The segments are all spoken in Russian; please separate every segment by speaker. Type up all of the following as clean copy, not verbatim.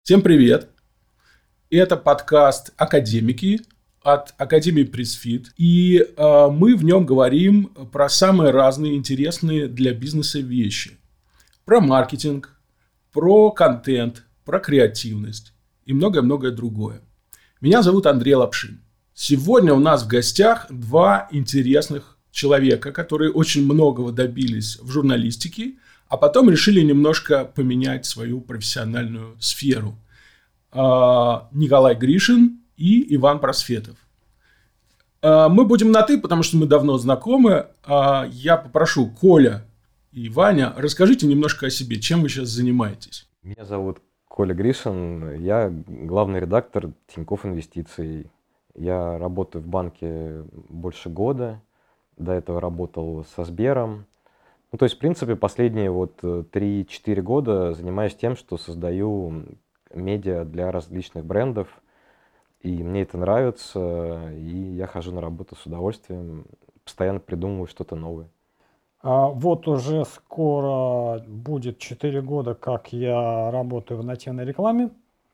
Speaker 1: Всем привет! Это подкаст «Академики» от Академии Пресс-Фит. И мы в нем говорим про самые разные интересные для бизнеса вещи. Про маркетинг, про контент, про креативность и многое-многое другое. Меня зовут Андрей Лапшин. Сегодня у нас в гостях два интересных человека, которые очень многого добились в журналистике, а потом решили немножко поменять свою профессиональную сферу. Николай Гришин и Иван Просветов. Мы будем на «ты», потому что мы давно знакомы. Я попрошу Коля и Ваня, расскажите немножко о себе, чем вы сейчас занимаетесь.
Speaker 2: Меня зовут Коля Гришин, я главный редактор Тинькофф Инвестиций. Я работаю в банке больше года, до этого работал со Сбером. То есть, в принципе, последние 3-4 года занимаюсь тем, что создаю медиа для различных брендов, и мне это нравится, и я хожу на работу с удовольствием, постоянно придумываю что-то новое.
Speaker 3: Вот уже скоро будет 4 года, как я работаю в нативной рекламе.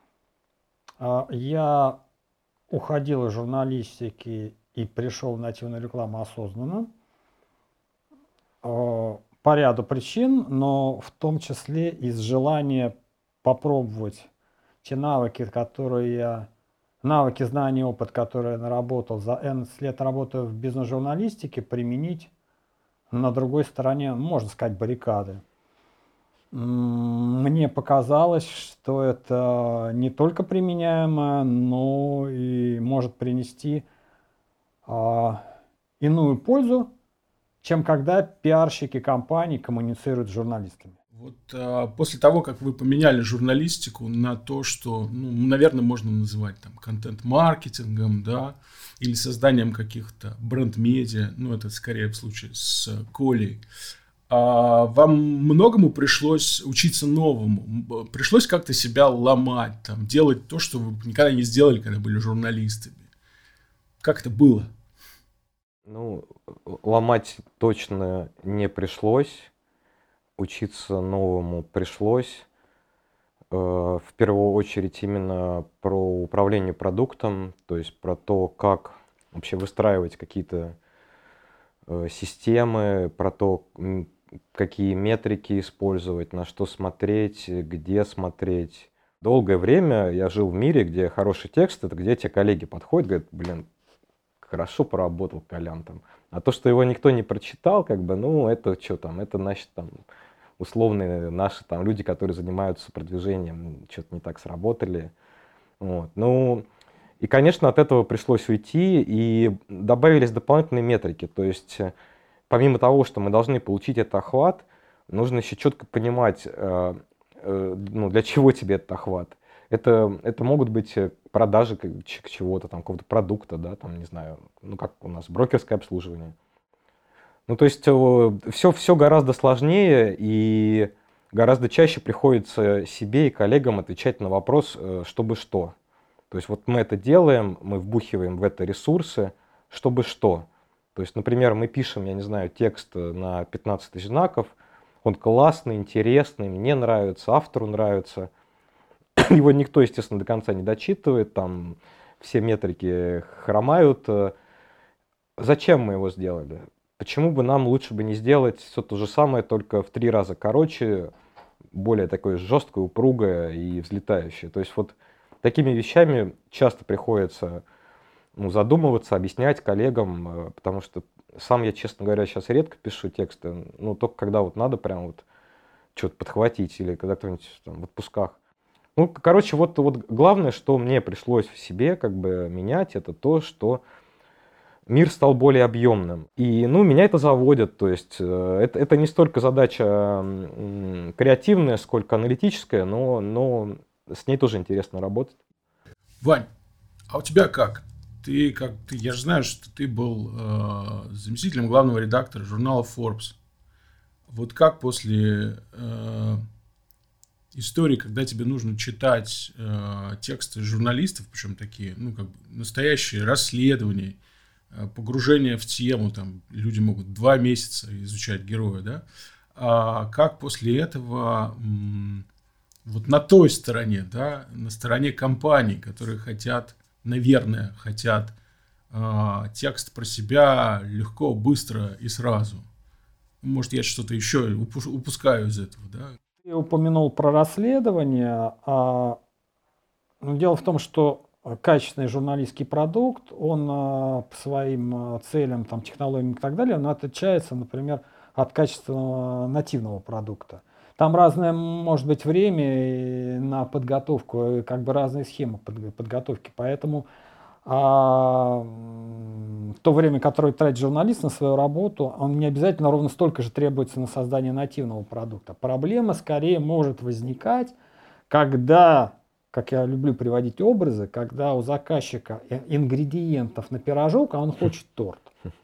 Speaker 3: Я уходил из журналистики и пришел в нативную рекламу осознанно. По ряду причин, но в том числе из желания попробовать те навыки, знания, опыт, который я наработал за N лет работы в бизнес-журналистике, применить на другой стороне, можно сказать, баррикады. Мне показалось, что это не только применяемо, но и может принести иную пользу, чем когда пиарщики компаний коммуницируют с журналистами.
Speaker 1: После того, как вы поменяли журналистику на то, что, наверное, можно называть контент-маркетингом, да, или созданием каких-то бренд-медиа, это скорее в случае с Колей, вам многому пришлось учиться новому, пришлось как-то себя ломать, делать то, что вы никогда не сделали, когда были журналистами. Как это было?
Speaker 2: Ломать точно не пришлось. Учиться новому пришлось. В первую очередь именно про управление продуктом, то есть про то, как вообще выстраивать какие-то системы, про то, какие метрики использовать, на что смотреть, где смотреть. Долгое время я жил в мире, где хороший текст, это где те коллеги подходят, говорят, хорошо поработал Колян там. А то, что его никто не прочитал, это что там, это значит условные наши люди, которые занимаются продвижением, что-то не так сработали. И, конечно, от этого пришлось уйти, и добавились дополнительные метрики. То есть, помимо того, что мы должны получить этот охват, нужно еще четко понимать, для чего тебе этот охват. Это могут быть продажи чего-то, какого-то продукта, да, не знаю, как у нас брокерское обслуживание. То есть все гораздо сложнее, и гораздо чаще приходится себе и коллегам отвечать на вопрос, чтобы что. То есть мы это делаем, мы вбухиваем в это ресурсы, чтобы что. То есть, например, мы пишем, текст на 15 тысяч знаков, он классный, интересный, мне нравится, автору нравится. Его никто, естественно, до конца не дочитывает, все метрики хромают. Зачем мы его сделали? Почему бы нам лучше бы не сделать все то же самое, только в 3 раза короче, более такое жесткое, упругое и взлетающее? То есть такими вещами часто приходится задумываться, объяснять коллегам, потому что сам я, честно говоря, сейчас редко пишу тексты, только когда надо прям что-то подхватить или когда кто-нибудь в отпусках. Главное, что мне пришлось в себе менять, это то, что мир стал более объемным. И, меня это заводит. То есть, это не столько задача креативная, сколько аналитическая, но с ней тоже интересно работать.
Speaker 1: Вань, а у тебя как? Я же знаю, что ты был заместителем главного редактора журнала Forbes. Как после истории, когда тебе нужно читать тексты журналистов, причем такие, настоящие расследования, погружение в тему, люди могут 2 месяца изучать героя, да? А как после этого вот на той стороне, да, на стороне компаний, которые хотят, наверное, хотят текст про себя легко, быстро и сразу. Может, я что-то еще упускаю из этого, да?
Speaker 3: Ты упомянул про расследование. Дело в том, что качественный журналистский продукт, он по своим целям, там, технологиям и так далее, он отличается, например, от качественного нативного продукта. Там разное может быть время на подготовку, и как бы разные схемы подготовки. Поэтому то время, которое тратит журналист на свою работу, он не обязательно ровно столько же требуется на создание нативного продукта. Проблема скорее может возникать, когда, как я люблю приводить образы, когда у заказчика ингредиентов на пирожок, а он хочет торт.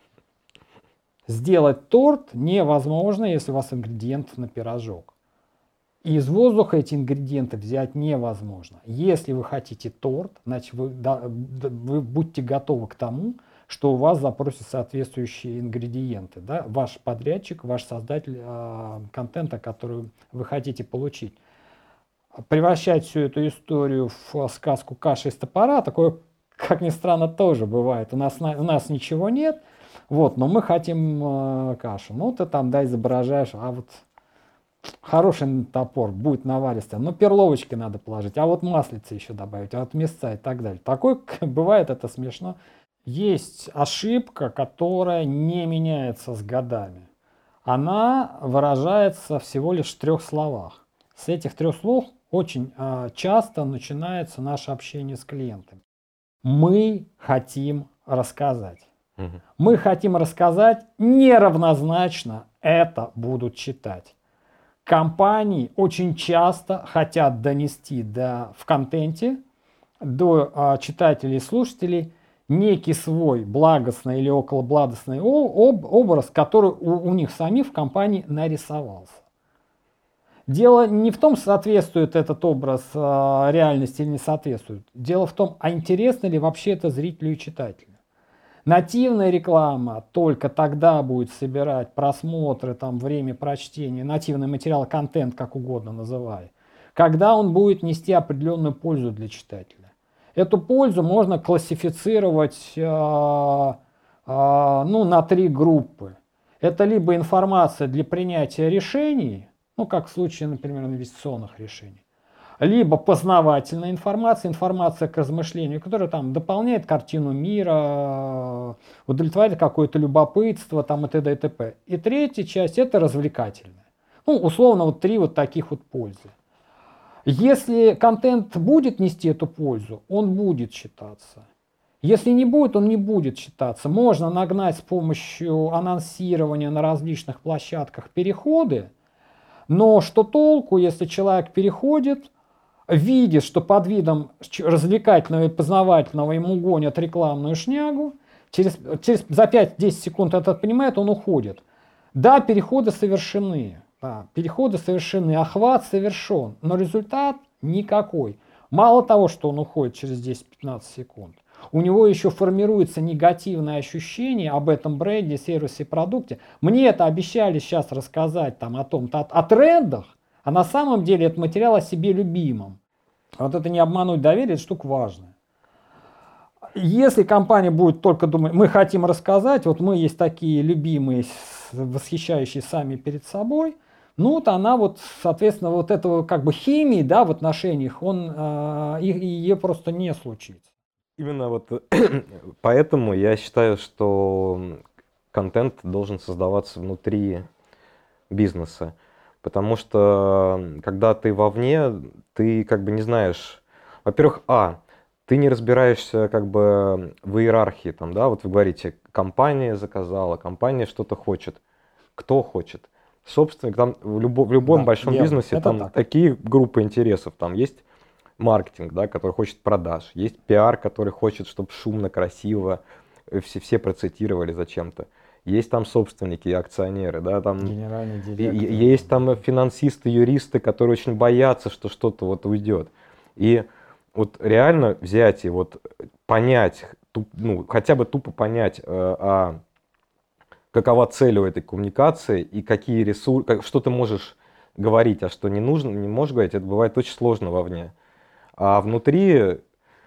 Speaker 3: Сделать торт невозможно, если у вас ингредиентов на пирожок. И из воздуха эти ингредиенты взять невозможно. Если вы хотите торт, значит вы будьте готовы к тому, что у вас запросят соответствующие ингредиенты. Да? Ваш подрядчик, ваш создатель контента, который вы хотите получить. Превращать всю эту историю в сказку «Каша из топора», такое, как ни странно, тоже бывает. У нас ничего нет, вот, но мы хотим кашу. Ну, ты там, да, изображаешь, а вот хороший топор, будет наваристый, но перловочки надо положить, а вот маслица еще добавить, а вот мясца и так далее. Такое бывает, это смешно. Есть ошибка, которая не меняется с годами. Она выражается всего лишь в 3 словах. С этих 3 слов очень часто начинается наше общение с клиентами. Мы хотим рассказать. Мы хотим рассказать, неравнозначно это будут читать. Компании очень часто хотят донести в контенте до читателей и слушателей некий свой благостный или околоблагостный образ, который у них самих в компании нарисовался. Дело не в том, соответствует этот образ реальности или не соответствует. Дело в том, а интересно ли вообще это зрителю и читателю. Нативная реклама только тогда будет собирать просмотры, там, время прочтения, нативный материал, контент, как угодно называй, когда он будет нести определенную пользу для читателя. Эту пользу можно классифицировать на 3 группы. Это либо информация для принятия решений, ну как в случае, например, инвестиционных решений, либо познавательная информация, информация к размышлению, которая там дополняет картину мира, удовлетворяет какое-то любопытство там, и т.д. и т.п. И 3-я часть – это развлекательная. Ну, условно, вот 3 вот таких вот пользы. Если контент будет нести эту пользу, он будет читаться. Если не будет, он не будет читаться. Можно нагнать с помощью анонсирования на различных площадках переходы, но что толку, если человек переходит, видит, что под видом развлекательного и познавательного ему гонят рекламную шнягу, за 5-10 секунд это понимает, он уходит. Да, переходы совершены, охват совершен, но результат никакой. Мало того, что он уходит через 10-15 секунд, у него еще формируется негативное ощущение об этом бренде, сервисе, продукте. Мне это обещали сейчас рассказать там, о трендах, а на самом деле это материал о себе любимом. Вот это не обмануть доверие, это штука важная. Если компания будет только думать, мы хотим рассказать, вот мы есть такие любимые, восхищающие сами перед собой, ну вот она вот, соответственно, вот этого как бы химии, да, в отношениях, ее просто не случится.
Speaker 2: Именно вот поэтому я считаю, что контент должен создаваться внутри бизнеса. Потому что когда ты вовне, ты как бы не знаешь, во-первых, ты не разбираешься как бы в иерархии, там, да, вот вы говорите, компания заказала, компания что-то хочет. Кто хочет? Собственник, там в любом большом бизнесе там такие группы интересов, там есть маркетинг, да, который хочет продаж, есть пиар, который хочет, чтобы шумно, красиво, все процитировали зачем-то. Есть там собственники и акционеры, да, там есть там финансисты, юристы, которые очень боятся, что что-то вот уйдет. И вот реально взять и вот понять, ну, хотя бы тупо понять, какова цель у этой коммуникации и какие ресурсы, что ты можешь говорить, а что не нужно, не можешь говорить, это бывает очень сложно вовне. А внутри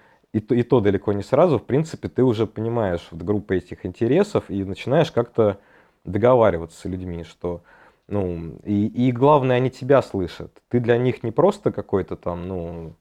Speaker 2: и то далеко не сразу, в принципе, ты уже понимаешь вот группы этих интересов и начинаешь как-то договариваться с людьми, что, ну, и главное, они тебя слышат. Ты для них не просто какой-то там, ну,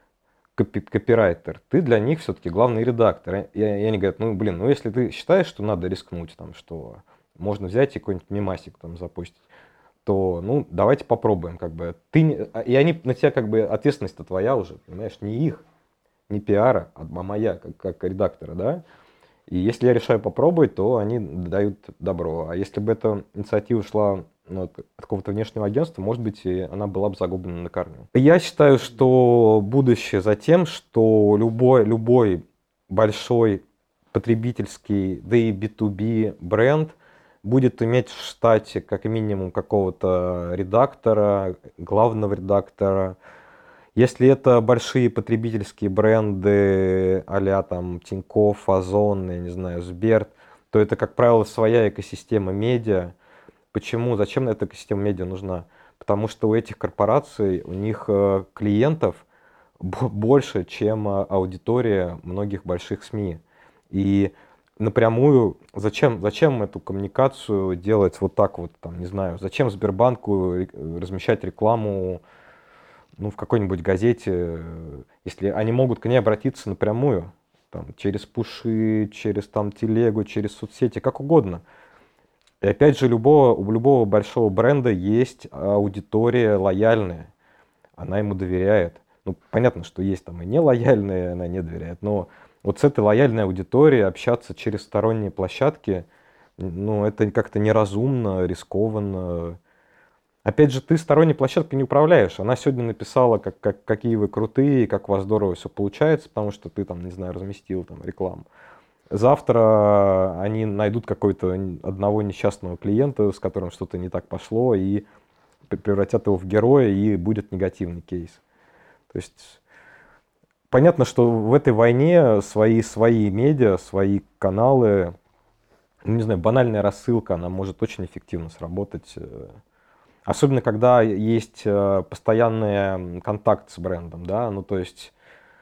Speaker 2: копирайтер, ты для них все-таки главный редактор. И они говорят, ну, блин, ну, если ты считаешь, что надо рискнуть, там, что можно взять и какой-нибудь мемасик там запустить, то, ну, давайте попробуем, как бы. И они на тебя, как бы, ответственность-то твоя уже, понимаешь, не их, не пиара, а моя, как редактора, да. И если я решаю попробовать, то они дают добро. А если бы эта инициатива шла, ну, от какого-то внешнего агентства, может быть, и она была бы загублена на корню. Я считаю, что будущее за тем, что любой большой потребительский, да и B2B бренд будет иметь в штате как минимум какого-то редактора, главного редактора. Если это большие потребительские бренды а-ля там Тинькофф, Озон, я не знаю, Сбер, то это, как правило, своя экосистема медиа. Почему? Зачем эта экосистема медиа нужна? Потому что у этих корпораций, у них клиентов больше, чем аудитория многих больших СМИ. И напрямую, зачем эту коммуникацию делать вот так вот, там, не знаю, зачем Сбербанку размещать рекламу, ну, в какой-нибудь газете, если они могут к ней обратиться напрямую, там, через пуши, через там телегу, через соцсети, как угодно. И опять же, у любого большого бренда есть аудитория лояльная, она ему доверяет. Ну, понятно, что есть там и нелояльные, она не доверяет, но вот с этой лояльной аудиторией общаться через сторонние площадки, ну, это как-то неразумно, рискованно. Опять же, ты сторонней площадкой не управляешь. Она сегодня написала, какие вы крутые, как у вас здорово все получается, потому что ты там, не знаю, разместил там рекламу. Завтра они найдут одного несчастного клиента, с которым что-то не так пошло, и превратят его в героя, и будет негативный кейс. То есть понятно, что в этой войне свои медиа, свои каналы, ну, не знаю, банальная рассылка, она может очень эффективно сработать. Особенно, когда есть постоянный контакт с брендом, да, ну, то есть,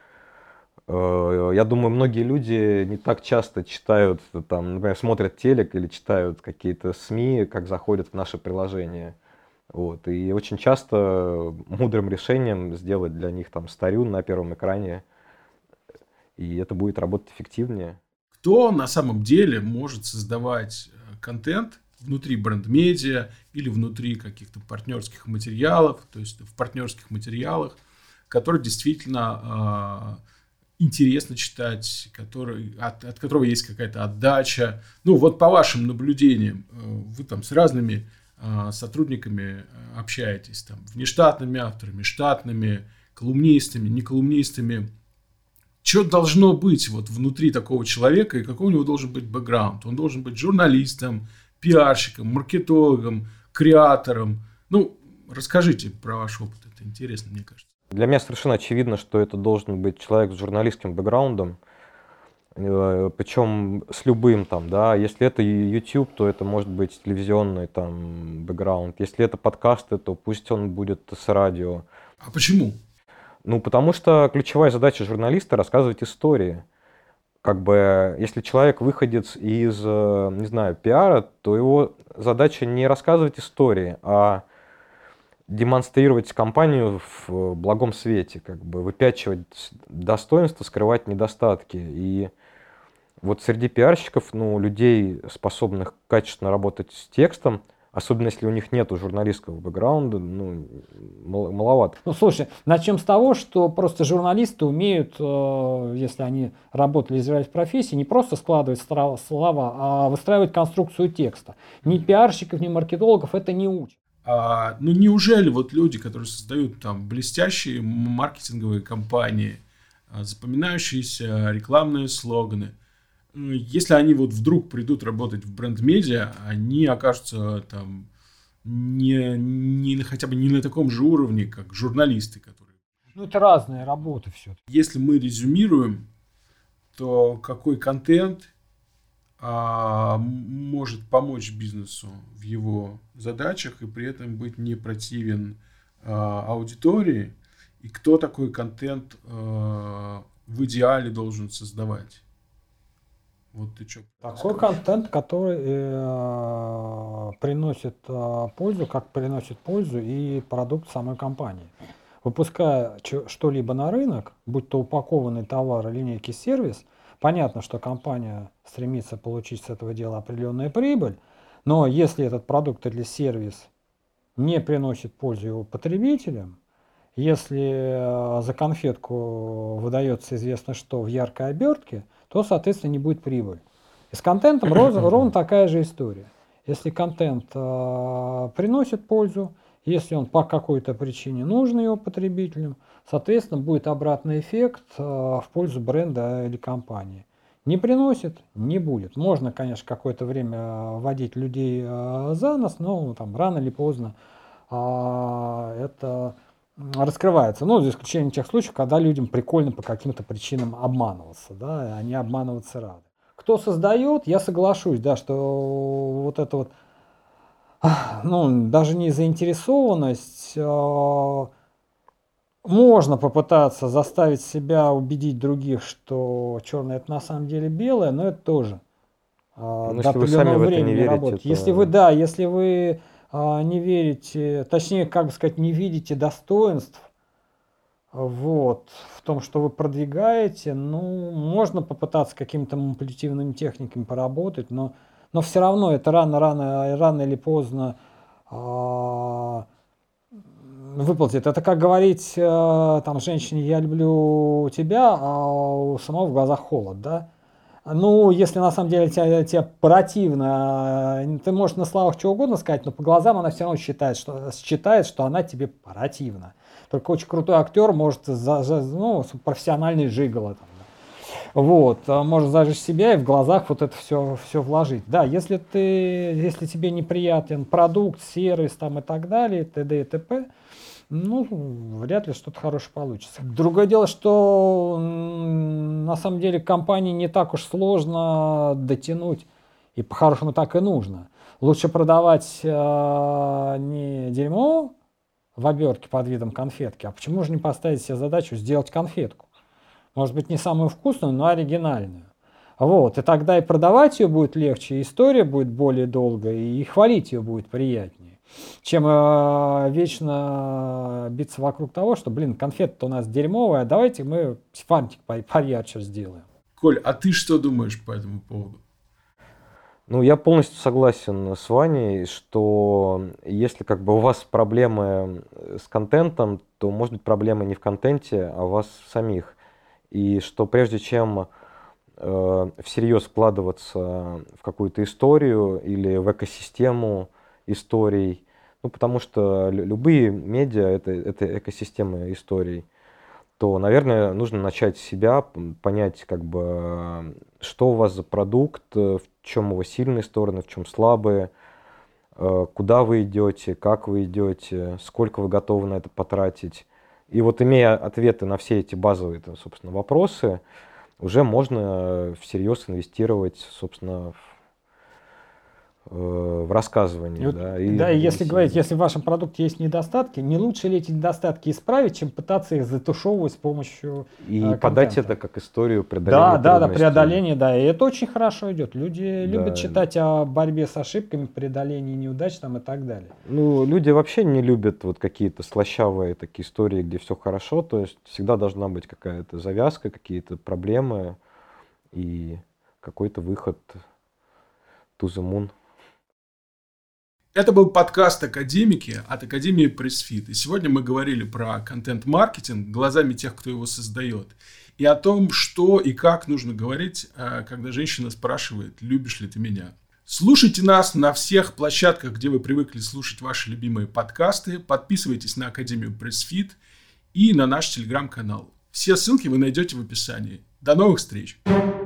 Speaker 2: я думаю, многие люди не так часто читают, там, например, смотрят телек или читают какие-то СМИ, как заходят в наше приложение. Вот, и очень часто мудрым решением сделать для них там старю на первом экране, и это будет работать эффективнее.
Speaker 1: Кто на самом деле может создавать контент внутри бренд-медиа или внутри каких-то партнерских материалов, то есть в партнерских материалах, который действительно интересно читать, от которого есть какая-то отдача. Ну, вот по вашим наблюдениям, вы там с разными сотрудниками общаетесь, там, внештатными авторами, штатными, колумнистами, не колумнистами. Что должно быть вот внутри такого человека и какой у него должен быть бэкграунд? Он должен быть журналистом, пиарщиком, маркетологом, креатором. Ну, расскажите про ваш опыт, это интересно, мне кажется.
Speaker 2: Для меня совершенно очевидно, что это должен быть человек с журналистским бэкграундом, причем с любым там, да, если это YouTube, то это может быть телевизионный там бэкграунд, если это подкасты, то пусть он будет с радио.
Speaker 1: А почему?
Speaker 2: Ну, потому что ключевая задача журналиста — рассказывать истории. Как бы, если человек выходец из, не знаю, пиара, то его задача не рассказывать истории, а демонстрировать компанию в благом свете, как бы выпячивать достоинства, скрывать недостатки. И вот среди пиарщиков, ну, людей, способных качественно работать с текстом, особенно если у них нет журналистского бэкграунда, ну, маловато.
Speaker 3: Ну, слушай, начнем с того, что просто журналисты умеют, если они работали в профессии, не просто складывать слова, а выстраивать конструкцию текста. Ни пиарщиков, ни маркетологов это не учат.
Speaker 1: Ну, неужели вот люди, которые создают там блестящие маркетинговые кампании, запоминающиеся рекламные слоганы, если они вот вдруг придут работать в бренд-медиа, они окажутся там хотя бы не на таком же уровне, как журналисты, которые...
Speaker 3: Ну, это разные работы все-таки.
Speaker 1: Если мы резюмируем, то какой контент может помочь бизнесу в его задачах и при этом быть не противен аудитории, и кто такой контент в идеале должен создавать? Вот ты что?
Speaker 3: Такой контент, который приносит пользу, как приносит пользу и продукт самой компании. Выпуская что-либо на рынок, будь то упакованный товар, линейки, сервис, понятно, что компания стремится получить с этого дела определенную прибыль, но если этот продукт или сервис не приносит пользу его потребителям, если за конфетку выдается известно что в яркой обертке, то, соответственно, не будет прибыли. И с контентом ровно такая же история. Если контент приносит пользу, если он по какой-то причине нужен его потребителям, соответственно, будет обратный эффект в пользу бренда или компании. Не приносит — не будет. Можно, конечно, какое-то время водить людей за нос, но там, рано или поздно это раскрывается. Ну, за исключением тех случаев, когда людям прикольно по каким-то причинам обманываться, да, и они обманываться рады. Кто создает, я соглашусь, да, что вот это вот, ну, даже не заинтересованность, можно попытаться заставить себя убедить других, что черное это на самом деле белое, но это тоже до определенного времени не работает. Если вы не верите, точнее, как бы сказать, не видите достоинств вот, в том, что вы продвигаете, ну, можно попытаться какими-то манипулятивными техниками поработать, но все равно это рано или поздно выплатит. Это как говорить там женщине: я люблю тебя, а у самого в глазах холод, да? Ну, если на самом деле тебе противно, ты можешь на словах чего угодно сказать, но по глазам она все равно считает, что она тебе противна. Только очень крутой актер может, профессиональный жиголо, там, да. Вот, может зажечь себя и в глазах вот это все вложить. Да, если тебе неприятен продукт, сервис там и так далее, т.д. и т.п., ну, вряд ли что-то хорошее получится. Другое дело, что на самом деле компании не так уж сложно дотянуть, и по-хорошему так и нужно. Лучше продавать не дерьмо в обертке под видом конфетки, а почему же не поставить себе задачу сделать конфетку? Может быть, не самую вкусную, но оригинальную. Вот, и тогда и продавать ее будет легче, и история будет более долгая, и хвалить ее будет приятнее, чем вечно биться вокруг того, что, конфета-то у нас дерьмовая, давайте мы фантик поярче сделаем.
Speaker 1: Коль, а ты что думаешь по этому поводу?
Speaker 2: Ну, я полностью согласен с Ваней, что если как бы у вас проблемы с контентом, то может быть проблема не в контенте, а у вас самих. И что прежде чем всерьез вкладываться в какую-то историю или в экосистему историй, ну, потому что любые медиа это экосистема историй, то, наверное, нужно начать с себя, понять, как бы, что у вас за продукт, в чем его сильные стороны, в чем слабые, куда вы идете, как вы идете, сколько вы готовы на это потратить. И вот, имея ответы на все эти базовые, собственно, вопросы, уже можно всерьез инвестировать, собственно, в рассказывание.
Speaker 3: Вот, да, и если говорить, если в вашем продукте есть недостатки, не лучше ли эти недостатки исправить, чем пытаться их затушевывать с помощью
Speaker 2: контента. Подать это как историю преодоления трудностей. Да,
Speaker 3: преодоление, да, и это очень хорошо идет. Люди любят читать о борьбе с ошибками, преодолении неудач там, и так далее.
Speaker 2: Ну, люди вообще не любят вот какие-то слащавые такие истории, где все хорошо, то есть всегда должна быть какая-то завязка, какие-то проблемы и какой-то выход to the moon.
Speaker 1: Это был подкаст «Академики» от Академии Pressfit. И сегодня мы говорили про контент-маркетинг глазами тех, кто его создает. И о том, что и как нужно говорить, когда женщина спрашивает: любишь ли ты меня? Слушайте нас на всех площадках, где вы привыкли слушать ваши любимые подкасты. Подписывайтесь на Академию Pressfit и на наш телеграм-канал. Все ссылки вы найдете в описании. До новых встреч!